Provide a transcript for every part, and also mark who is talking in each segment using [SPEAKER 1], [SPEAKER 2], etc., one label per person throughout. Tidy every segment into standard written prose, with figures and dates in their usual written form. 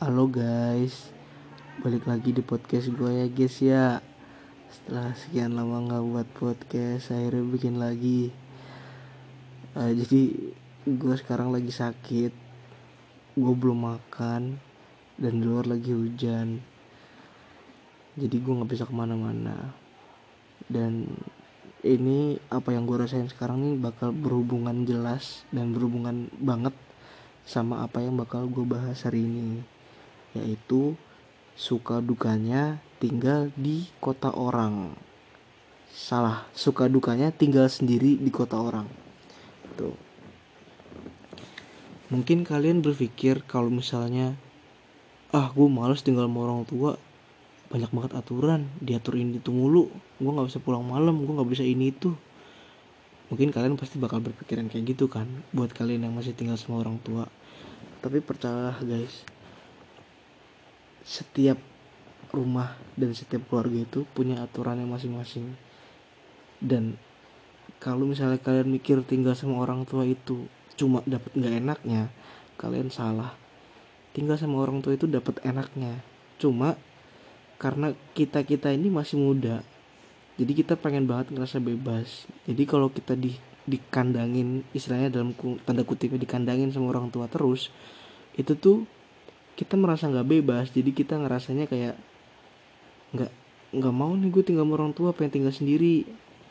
[SPEAKER 1] Halo guys, balik lagi di podcast gue ya guys ya. Setelah sekian lama gak buat podcast, akhirnya bikin lagi. Jadi gue sekarang lagi sakit, gue belum makan, dan di luar lagi hujan. Jadi gue gak bisa kemana-mana. Dan ini apa yang gue rasain sekarang nih bakal berhubungan jelas dan berhubungan banget sama apa yang bakal gue bahas hari ini, yaitu suka dukanya tinggal di kota orang. Salah, suka dukanya tinggal sendiri di kota orang. Tuh. Mungkin kalian berpikir kalau misalnya gue males tinggal sama orang tua, banyak banget aturan, diatur ini itu mulu, gue gak bisa pulang malam, gue gak bisa ini itu. Mungkin kalian pasti bakal berpikiran kayak gitu kan, buat kalian yang masih tinggal sama orang tua. Tapi percayalah guys, setiap rumah dan setiap keluarga itu punya aturannya masing-masing. Dan kalau misalnya kalian mikir tinggal sama orang tua itu cuma dapat nggak enaknya, kalian salah. Tinggal sama orang tua itu dapat enaknya, cuma karena kita ini masih muda, jadi kita pengen banget ngerasa bebas. Jadi kalau kita dikandangin, istilahnya dalam tanda kutipnya dikandangin sama orang tua terus, itu tuh kita merasa nggak bebas. Jadi kita ngerasanya kayak nggak nggak mau nih gue tinggal sama orang tua, pengen tinggal sendiri.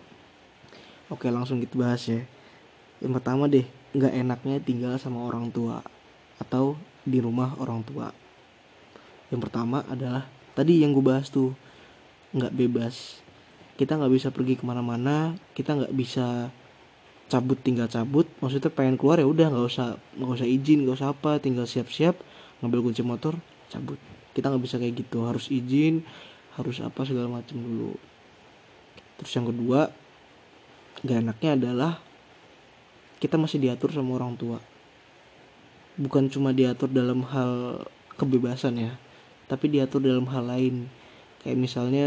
[SPEAKER 1] Oke, langsung kita bahas ya. Yang pertama deh, nggak enaknya tinggal sama orang tua atau di rumah orang tua. Yang pertama adalah tadi yang gue bahas tuh, nggak bebas. Kita nggak bisa pergi kemana-mana, kita nggak bisa cabut tinggal cabut. Maksudnya pengen keluar ya udah nggak usah izin, nggak usah apa, tinggal siap-siap ngambil kunci motor cabut. Kita nggak bisa kayak gitu, harus izin, harus apa segala macam dulu. Terus yang kedua, nggak enaknya adalah kita masih diatur sama orang tua. Bukan cuma diatur dalam hal kebebasan ya, tapi diatur dalam hal lain. Kayak misalnya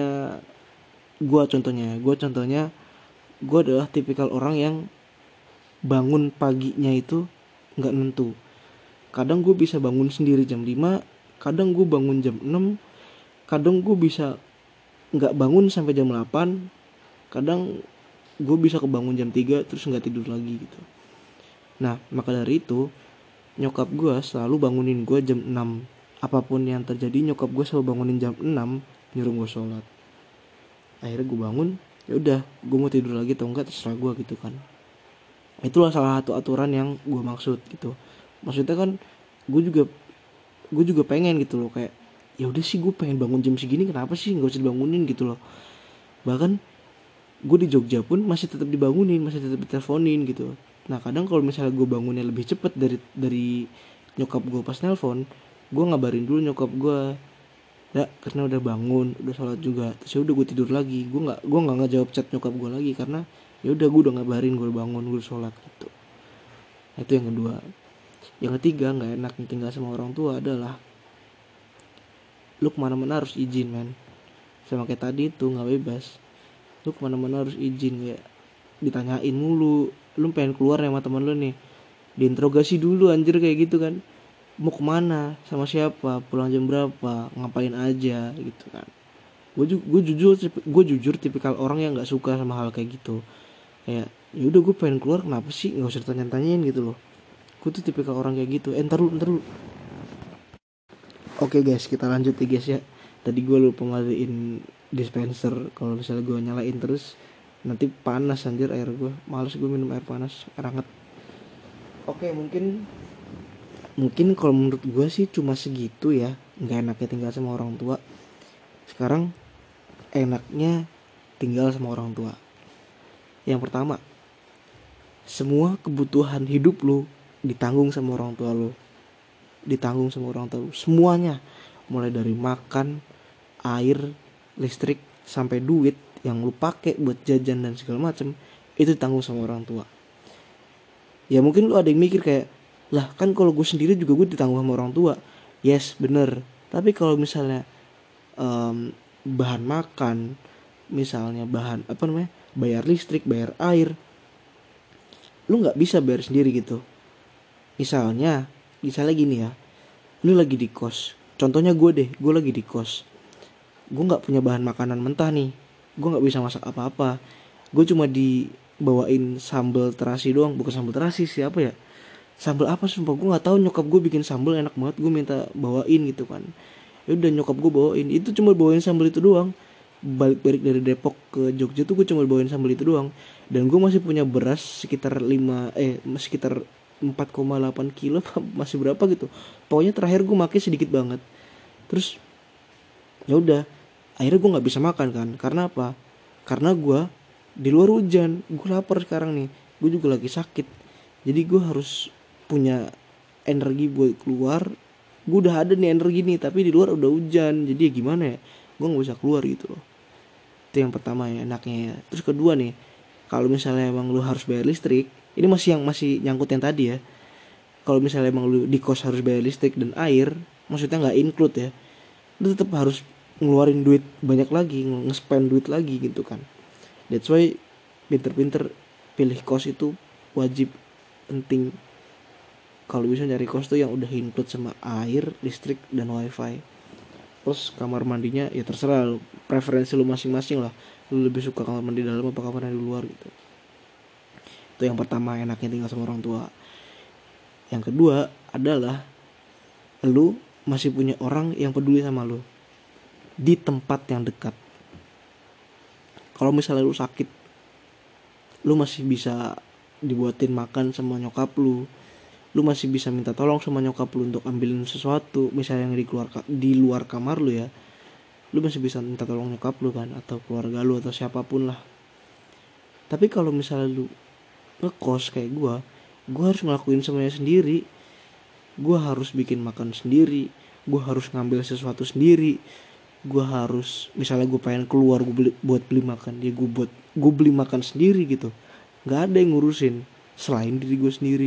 [SPEAKER 1] gue contohnya gue adalah tipikal orang yang bangun paginya itu nggak nentu. Kadang gue bisa bangun sendiri jam 5, kadang gue bangun jam 6, kadang gue bisa nggak bangun sampai jam 8, kadang gue bisa kebangun jam 3 terus nggak tidur lagi gitu. Nah, maka dari itu nyokap gue selalu bangunin gue jam 6. Apapun yang terjadi, nyokap gue selalu bangunin jam 6, nyuruh gue sholat. Akhirnya gue bangun, ya udah, gue mau tidur lagi atau enggak terserah gue gitu kan. Itulah salah satu aturan yang gue maksud gitu. Maksudnya kan gue juga pengen gitu loh, kayak ya udah sih gue pengen bangun jam segini, kenapa sih nggak usah dibangunin gitu loh. Bahkan gue di Jogja pun masih tetap dibangunin, masih tetap diteleponin gitu. Nah kadang kalau misalnya gue bangunnya lebih cepet dari nyokap gue pas nelpon, gue ngabarin dulu nyokap gue, ya karena udah bangun, udah sholat juga. Terus ya udah gue tidur lagi, gue nggak ngejawab chat nyokap gue lagi karena ya udah gue udah ngabarin gue udah bangun, gue udah sholat gitu. Nah, itu yang kedua. Yang ketiga, nggak enak tinggal sama orang tua adalah lu kemana-mana harus izin men. Sama kayak tadi itu nggak bebas, lu kemana-mana harus izin, kayak ditanyain mulu, lu pengen keluar sama teman lu nih, diinterogasi dulu anjir kayak gitu kan, mau kemana, sama siapa, pulang jam berapa, ngapain aja gitu kan. Gue jujur tipikal orang yang nggak suka sama hal kayak gitu. Kayak ya udah gue pengen keluar, kenapa sih nggak usah ditanya-tanyain gitu loh. Gue tuh tipikal orang kayak gitu. Ntar lu. Oke guys, kita lanjut ya guys ya. Tadi gue lupa matiin dispenser. Kalau misalnya gue nyalain terus nanti panas anjir air gue. Males gue minum air panas, air hangat. Oke, mungkin kalau menurut gue sih cuma segitu ya. Nggak enaknya tinggal sama orang tua. Sekarang enaknya tinggal sama orang tua. Yang pertama, semua kebutuhan hidup lu ditanggung sama orang tua lu. Ditanggung sama orang tua lu semuanya, mulai dari makan, air, listrik, sampai duit yang lu pakai buat jajan dan segala macem, itu ditanggung sama orang tua. Ya mungkin lu ada yang mikir kayak, lah kan kalau gue sendiri juga gue ditanggung sama orang tua. Yes, bener. Tapi kalau misalnya bahan makan, misalnya bahan bayar listrik, bayar air, lu nggak bisa bayar sendiri gitu. Misalnya gini ya, lu lagi di kos, contohnya gue deh, gue lagi di kos, gue nggak punya bahan makanan mentah nih, gue nggak bisa masak apa-apa, gue cuma dibawain sambal terasi doang, bukan sambal terasi, siapa ya, sambal apa sumpah gue nggak tahu, nyokap gue bikin sambal enak banget, gue minta bawain gitu kan. Ya udah nyokap gue bawain, itu cuma bawain sambal itu doang. Balik-balik dari Depok ke Jogja tuh gue cuma bawain sambal itu doang. Dan gue masih punya beras sekitar sekitar 4,8 kilo masih berapa gitu. Pokoknya terakhir gue makai sedikit banget. Terus ya udah, akhirnya gue nggak bisa makan kan. Karena apa? Karena gue di luar hujan, gue lapar sekarang nih, gue juga lagi sakit, jadi gue harus punya energi buat keluar. Gue udah ada nih energi nih, tapi di luar udah hujan, jadi ya gimana ya, gue nggak bisa keluar gitu loh. Itu yang pertama ya, enaknya ya. Terus kedua nih, kalau misalnya emang lu harus bayar listrik, ini masih nyangkut yang tadi ya. Kalau misalnya emang lu di kos harus bayar listrik dan air, maksudnya nggak include ya, lu tetap harus ngeluarin duit banyak lagi, nge-spend duit lagi gitu kan. That's why pinter-pinter pilih kos itu wajib, penting. Kalau bisa nyari kos tuh yang udah include sama air, listrik, dan wifi. Terus kamar mandinya ya terserah lu, preferensi lu masing-masing lah. Lu lebih suka kamar mandi dalam apa kamar mandi luar gitu. Itu yang pertama, enaknya tinggal sama orang tua. Yang kedua adalah lu masih punya orang yang peduli sama lu di tempat yang dekat. Kalau misalnya lu sakit, lu masih bisa dibuatin makan sama nyokap lu. Lu masih bisa minta tolong sama nyokap lu untuk ambilin sesuatu, misalnya yang di luar kamar lu ya. Lu masih bisa minta tolong nyokap lu kan, atau keluarga lu, atau siapapun lah. Tapi kalau misalnya lu ngekos kayak gua harus ngelakuin semuanya sendiri. Gua harus bikin makan sendiri, gua harus ngambil sesuatu sendiri, gua harus, misalnya gue pengen keluar buat beli makan, ya gue beli makan sendiri gitu. Nggak ada yang ngurusin selain diri gue sendiri.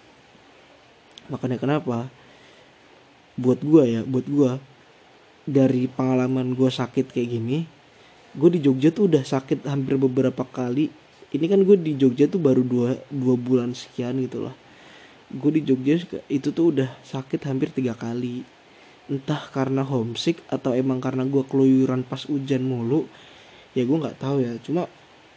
[SPEAKER 1] Makanya kenapa buat gue dari pengalaman gue sakit kayak gini, gue di Jogja tuh udah sakit hampir beberapa kali. Ini kan gue di Jogja tuh baru dua bulan sekian gitu lah. Gue di Jogja itu tuh udah sakit hampir 3 kali. Entah karena homesick atau emang karena gue keluyuran pas hujan mulu, ya gue nggak tahu ya. Cuma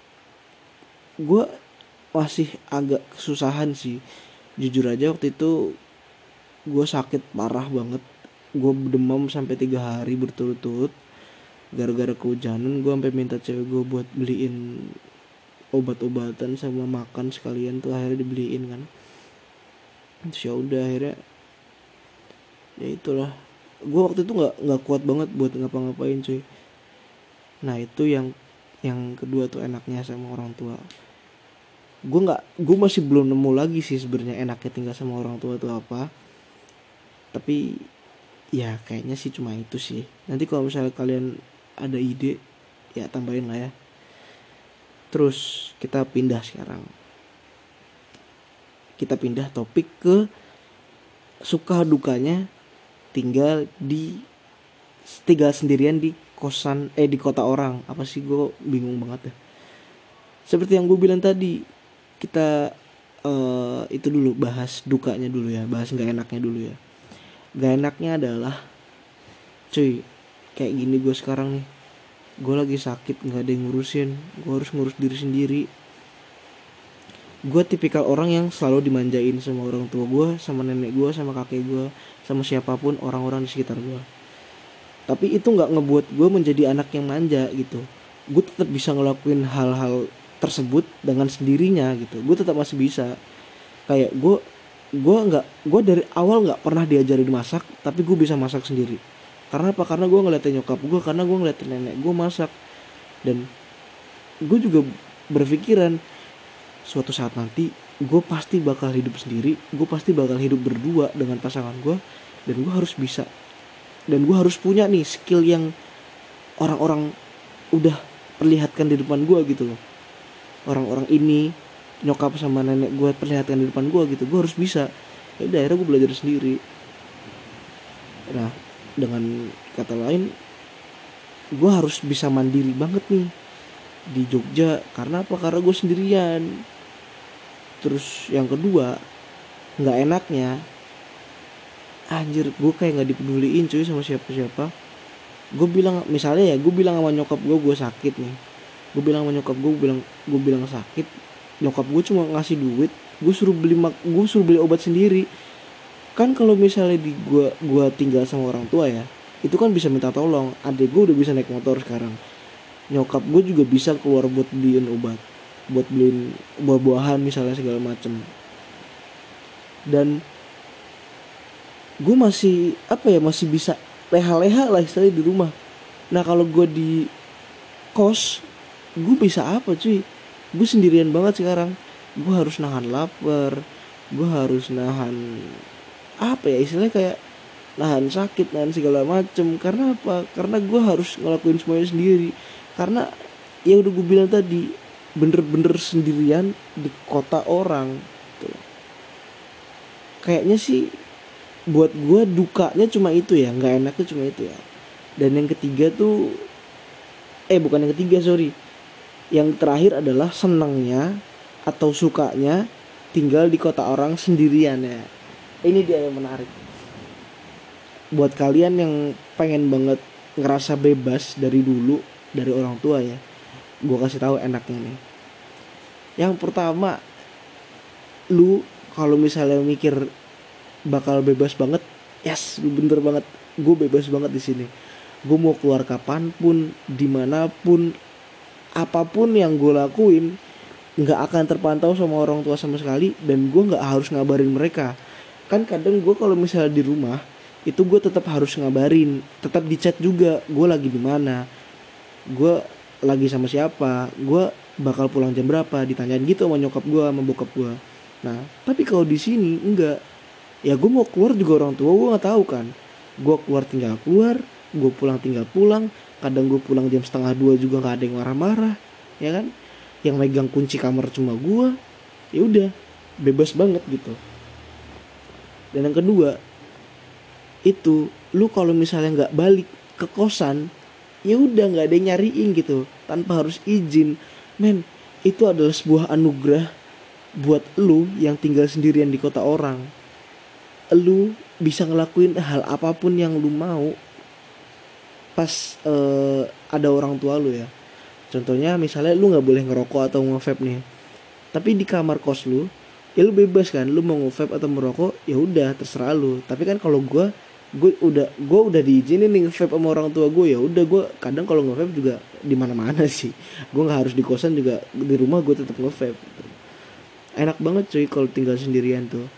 [SPEAKER 1] gue masih agak kesusahan sih, jujur aja. Waktu itu gue sakit parah banget, gue demam sampai 3 hari berturut-turut gara-gara kehujanan. Gue sampai minta cewek gue buat beliin obat-obatan sama makan sekalian tuh, akhirnya dibeliin kan. Terus ya udah, akhirnya ya itulah, gue waktu itu nggak kuat banget buat ngapa-ngapain cuy. Nah itu yang kedua tuh enaknya sama orang tua. Gue masih belum nemu lagi sih sebenarnya enaknya tinggal sama orang tua tuh apa. Tapi ya kayaknya sih cuma itu sih. Nanti kalau misalnya kalian ada ide ya tambahin lah ya. Terus kita pindah sekarang. Kita pindah topik ke suka dukanya tinggal sendirian di kosan di kota orang. Apa sih, gue bingung banget ya. Seperti yang gue bilang tadi, kita itu dulu bahas dukanya dulu ya, bahas nggak enaknya dulu ya. Nggak enaknya adalah, cuy, kayak gini gue sekarang nih, gue lagi sakit, nggak ada yang ngurusin, gue harus ngurus diri sendiri. Gue tipikal orang yang selalu dimanjain sama orang tua gue, sama nenek gue, sama kakek gue, sama siapapun orang-orang di sekitar gue. Tapi itu nggak ngebuat gue menjadi anak yang manja gitu. Gue tetap bisa ngelakuin hal-hal tersebut dengan sendirinya gitu. Gue tetap masih bisa. Kayak gue dari awal nggak pernah diajarin masak, tapi gue bisa masak sendiri. Karena apa? Karena gue ngeliatin nyokap gue, karena gue ngeliatin nenek gue masak. Dan gue juga berpikiran, suatu saat nanti gue pasti bakal hidup sendiri, gue pasti bakal hidup berdua dengan pasangan gue, dan gue harus bisa, dan gue harus punya nih skill yang orang-orang udah perlihatkan di depan gue gitu loh. Orang-orang ini, nyokap sama nenek gue perlihatkan di depan gue gitu, gue harus bisa. Ya udah, akhirnya gue belajar sendiri. Nah, dengan kata lain, gue harus bisa mandiri banget nih di Jogja. Karena apa? Karena gue sendirian. Terus yang kedua, nggak enaknya, anjir gue kayak nggak dipeduliin cuy sama siapa-siapa. Gue bilang misalnya ya, gue bilang sama nyokap gue sakit nih, gue bilang sama nyokap gue bilang sakit, nyokap gue cuma ngasih duit, gue suruh beli obat sendiri. Kan kalau misalnya di gua tinggal sama orang tua ya, itu kan bisa minta tolong. Adik gue udah bisa naik motor sekarang, nyokap gue juga bisa keluar buat beliin obat, buat beliin buah-buahan misalnya segala macem. Dan gue masih apa ya, masih bisa leha-leha lah istilahnya di rumah. Nah kalau gue di kos, gue bisa apa cuy, gue sendirian banget sekarang. Gue harus nahan lapar, gue harus nahan apa ya istilahnya, kayak nahan sakit, nahan segala macem. Karena apa? Karena gue harus ngelakuin semuanya sendiri. Karena ya udah gue bilang tadi, bener-bener sendirian di kota orang tuh. Kayaknya sih buat gue dukanya cuma itu ya, nggak enaknya cuma itu ya. Dan yang ketiga tuh, bukan yang ketiga, sorry, yang terakhir adalah senangnya atau sukanya tinggal di kota orang sendirian ya. Ini dia yang menarik. Buat kalian yang pengen banget ngerasa bebas dari dulu dari orang tua ya, gue kasih tahu enaknya nih. Yang pertama, lu kalau misalnya mikir bakal bebas banget, yes, lu bener banget. Gue bebas banget di sini. Gue mau keluar kapanpun, dimanapun, apapun yang gue lakuin nggak akan terpantau sama orang tua sama sekali, dan gue nggak harus ngabarin mereka. Kan kadang gue kalau misalnya di rumah itu gue tetap harus ngabarin, tetap di chat juga, gue lagi di mana, gue lagi sama siapa, gue bakal pulang jam berapa, ditanyain gitu sama nyokap gue sama bokap gue. Nah tapi kalau di sini enggak, ya gue mau keluar juga orang tua gue nggak tahu kan. Gue keluar tinggal keluar, gue pulang tinggal pulang. Kadang gue pulang jam 1:30 juga nggak ada yang marah-marah, ya kan. Yang megang kunci kamar cuma gue. Ya udah, bebas banget gitu. Dan yang kedua itu, lu kalau misalnya nggak balik ke kosan, ya udah nggak ada yang nyariin gitu tanpa harus izin. Men, itu adalah sebuah anugerah buat lu yang tinggal sendirian di kota orang. Lu bisa ngelakuin hal apapun yang lu mau pas ada orang tua lu ya. Contohnya misalnya lu nggak boleh ngerokok atau nge-vape nih, tapi di kamar kos lu, ya lu bebas kan, lu mau nge-vape atau merokok ya udah terserah lu. Tapi kan kalau gue udah diizinin nih nge-vape sama orang tua gue, ya udah gue kadang kalau nge-vape juga di mana-mana sih. Gue nggak harus di kosan juga, di rumah gue tetap nge-vape. Enak banget cuy kalau tinggal sendirian tuh.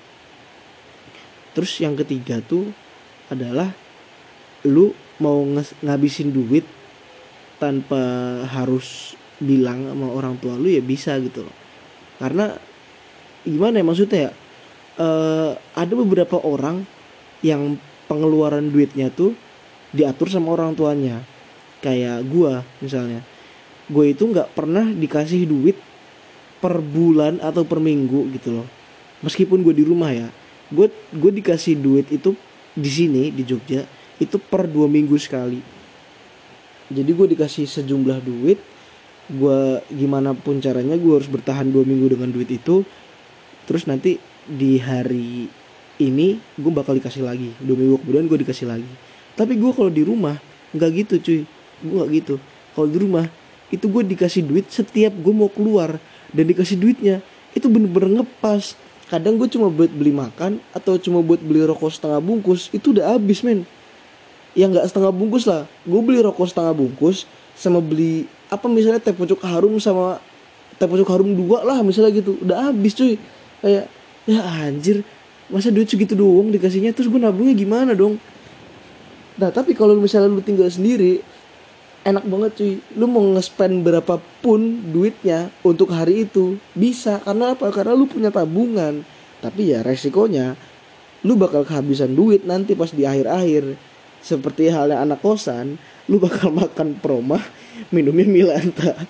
[SPEAKER 1] Terus yang ketiga tuh adalah lu mau ngabisin duit tanpa harus bilang sama orang tua lu ya bisa gitu loh. Karena gimana ya maksudnya ya, ada beberapa orang yang pengeluaran duitnya tuh diatur sama orang tuanya. Kayak gue misalnya, gue itu nggak pernah dikasih duit per bulan atau per minggu gitu loh. Meskipun gue di rumah ya, gue dikasih duit itu di sini di Jogja itu per 2 minggu sekali. Jadi gue dikasih sejumlah duit, gue gimana pun caranya gue harus bertahan 2 minggu dengan duit itu. Terus nanti di hari ini gue bakal dikasih lagi, 2 minggu kemudian gue dikasih lagi. Tapi gue kalau di rumah nggak gitu cuy, gue nggak gitu. Kalau di rumah itu gue dikasih duit setiap gue mau keluar, dan dikasih duitnya itu bener-bener ngepas. Kadang gue cuma buat beli makan atau cuma buat beli rokok setengah bungkus itu udah habis men. Ya nggak setengah bungkus lah, gue beli rokok setengah bungkus sama beli apa misalnya teh pucuk harum sama teh pucuk harum 2 lah misalnya gitu, udah habis cuy. Kayak ya anjir, masa duit segitu doang dikasihnya, terus gue nabungnya gimana dong. Nah tapi kalau misalnya lu tinggal sendiri, enak banget cuy, lu mau nge-spend berapapun duitnya untuk hari itu bisa. Karena apa? Karena lu punya tabungan. Tapi ya resikonya lu bakal kehabisan duit nanti pas di akhir-akhir. Seperti halnya anak kosan, lu bakal makan promah, minumnya Milanta.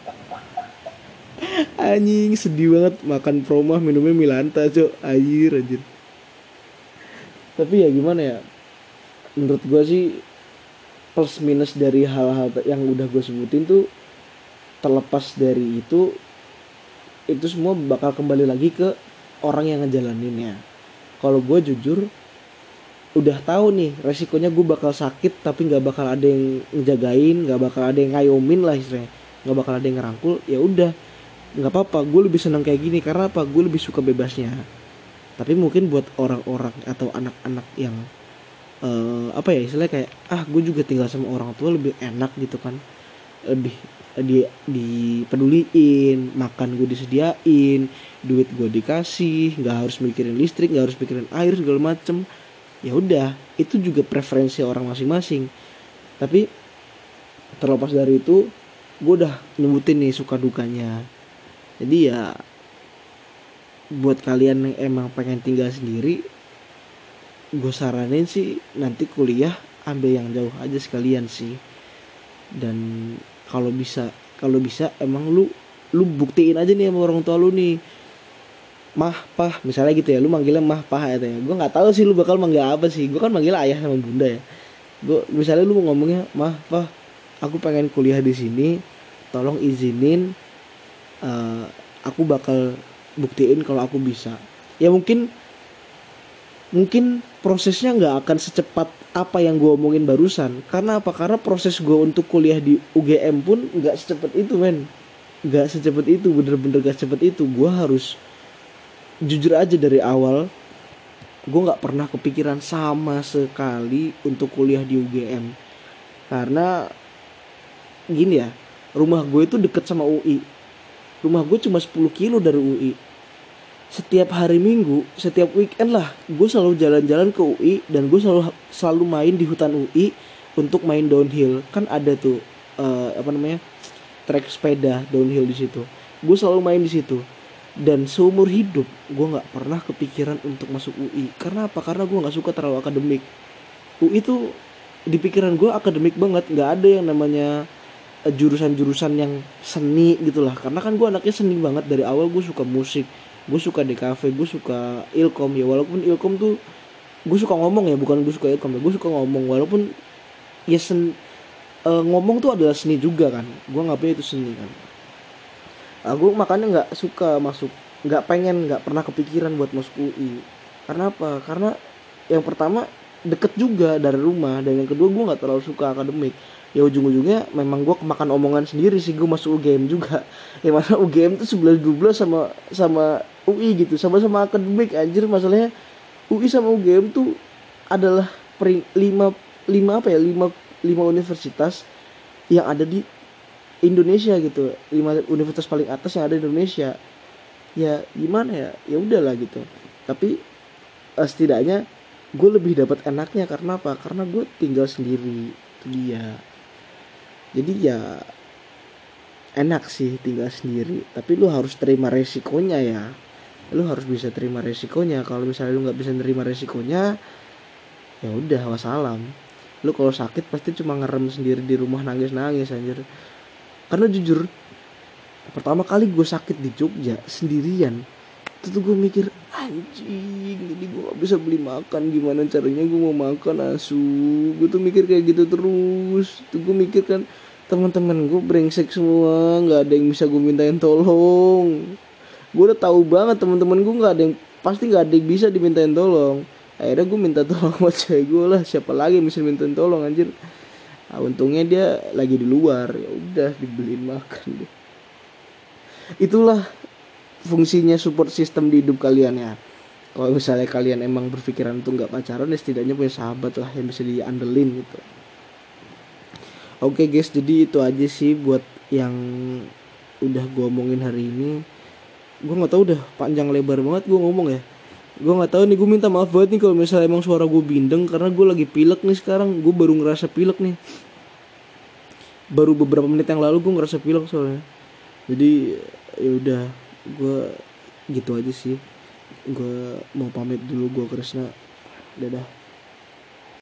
[SPEAKER 1] Anjing sedih banget, makan promah minumnya Milanta cok, anjir. Tapi ya gimana ya, menurut gue sih plus minus dari hal-hal yang udah gue sebutin tuh, terlepas dari itu semua bakal kembali lagi ke orang yang ngejalaninnya. Kalau gue jujur, udah tahu nih resikonya gue bakal sakit, tapi nggak bakal ada yang ngejagain, nggak bakal ada yang ngayomin lah istilahnya, nggak bakal ada yang ngerangkul, ya udah nggak apa-apa, gue lebih senang kayak gini. Karena apa? Gue lebih suka bebasnya. Tapi mungkin buat orang-orang atau anak-anak yang apa ya istilahnya, kayak gue juga tinggal sama orang tua lebih enak gitu kan, lebih dipeduliin, makan gue disediain, duit gue dikasih, nggak harus mikirin listrik, nggak harus mikirin air segala macem. Ya udah, itu juga preferensi orang masing-masing. Tapi terlepas dari itu, gue udah nyebutin nih suka dukanya. Jadi ya buat kalian yang emang pengen tinggal sendiri, gue saranin sih nanti kuliah ambil yang jauh aja sekalian sih. Dan kalau bisa emang lu buktiin aja nih sama orang tua lu nih, mah pah misalnya gitu ya, lu manggilnya mah pah ya. Gue nggak tahu sih lu bakal manggil apa sih, gue kan manggil ayah sama bunda ya. Gue misalnya lu mau ngomongnya mah pah, aku pengen kuliah di sini, tolong izinin, eh, aku bakal buktiin kalau aku bisa. Ya mungkin prosesnya nggak akan secepat apa yang gue omongin barusan. Karena apa? Karena proses gue untuk kuliah di UGM pun nggak secepat itu men, nggak secepat itu, bener-bener gak secepat itu. Gue harus jujur aja, dari awal gue nggak pernah kepikiran sama sekali untuk kuliah di UGM. Karena gini ya, rumah gue itu deket sama UI, rumah gue cuma 10 kilo dari UI. Setiap hari Minggu, setiap weekend lah, gue selalu jalan-jalan ke UI, dan gue selalu main di hutan UI untuk main downhill. Kan ada tuh apa namanya, trek sepeda downhill di situ. Gue selalu main di situ. Dan seumur hidup gue nggak pernah kepikiran untuk masuk UI. Karena apa? Karena gue nggak suka terlalu akademik. UI tuh di pikiran gue akademik banget, nggak ada yang namanya jurusan-jurusan yang seni gitulah. Karena kan gue anaknya seni banget dari awal. Gue suka musik, gue suka DKV, gue suka ilkom ya. Walaupun ilkom tuh gue suka ngomong ya, bukan gue suka ilkom ya, gue suka ngomong. Walaupun ya ngomong tuh adalah seni juga kan, gue nggak punya itu seni kan. Aku makanya nggak suka masuk, nggak pernah kepikiran buat masuk UI. Karena apa? Karena yang pertama deket juga dari rumah, dan yang kedua gue nggak terlalu suka akademik. Ya ujung-ujungnya memang gue kemakan omongan sendiri sih, gue masuk UGM juga. Yang mana UGM tuh 11-12 sama sama UI gitu, sama-sama akademik anjir. Masalahnya UI sama UGM tuh adalah lima lima apa ya, lima universitas yang ada di Indonesia gitu, 5 universitas paling atas yang ada di Indonesia. Ya gimana ya, ya udahlah gitu. Tapi setidaknya gue lebih dapat enaknya. Karena apa? Karena gue tinggal sendiri, itu dia. Jadi ya enak sih tinggal sendiri, tapi lu harus terima resikonya ya. Lu harus bisa terima resikonya. Kalau misalnya lu nggak bisa terima resikonya, ya udah wassalam. Lu kalau sakit pasti cuma ngerem sendiri di rumah, nangis anjir. Karena jujur, pertama kali gue sakit di Jogja sendirian, itu tuh gue mikir, anjing ini gue gak bisa beli makan, gimana caranya gue mau makan asu. Gue tuh mikir kayak gitu terus. Tuh gue mikir kan, teman-teman gue brengsek semua, nggak ada yang bisa gue mintain tolong. Gue udah tahu banget teman-teman gue nggak ada yang, pasti nggak ada yang bisa dimintain tolong. Akhirnya gue minta tolong sama cewek gue lah, siapa lagi yang bisa mintain tolong anjir. Untungnya dia lagi di luar, ya udah dibeliin makan deh. Itulah fungsinya support system di hidup kalian ya. Kalau misalnya kalian emang berpikiran untuk nggak pacaran, ya setidaknya punya sahabat lah yang bisa diandelin gitu. Oke guys, jadi itu aja sih buat yang udah gue omongin hari ini. Gue nggak tahu udah panjang lebar banget gue ngomong ya. Gue nggak tahu nih, gue minta maaf banget nih kalau misalnya emang suara gue bindeng, karena gue lagi pilek nih sekarang. Gue baru ngerasa pilek nih, baru beberapa menit yang lalu gue ngerasa pilek soalnya. Jadi ya udah, gue gitu aja sih. Gue mau pamit dulu, gue Krisna, dadah.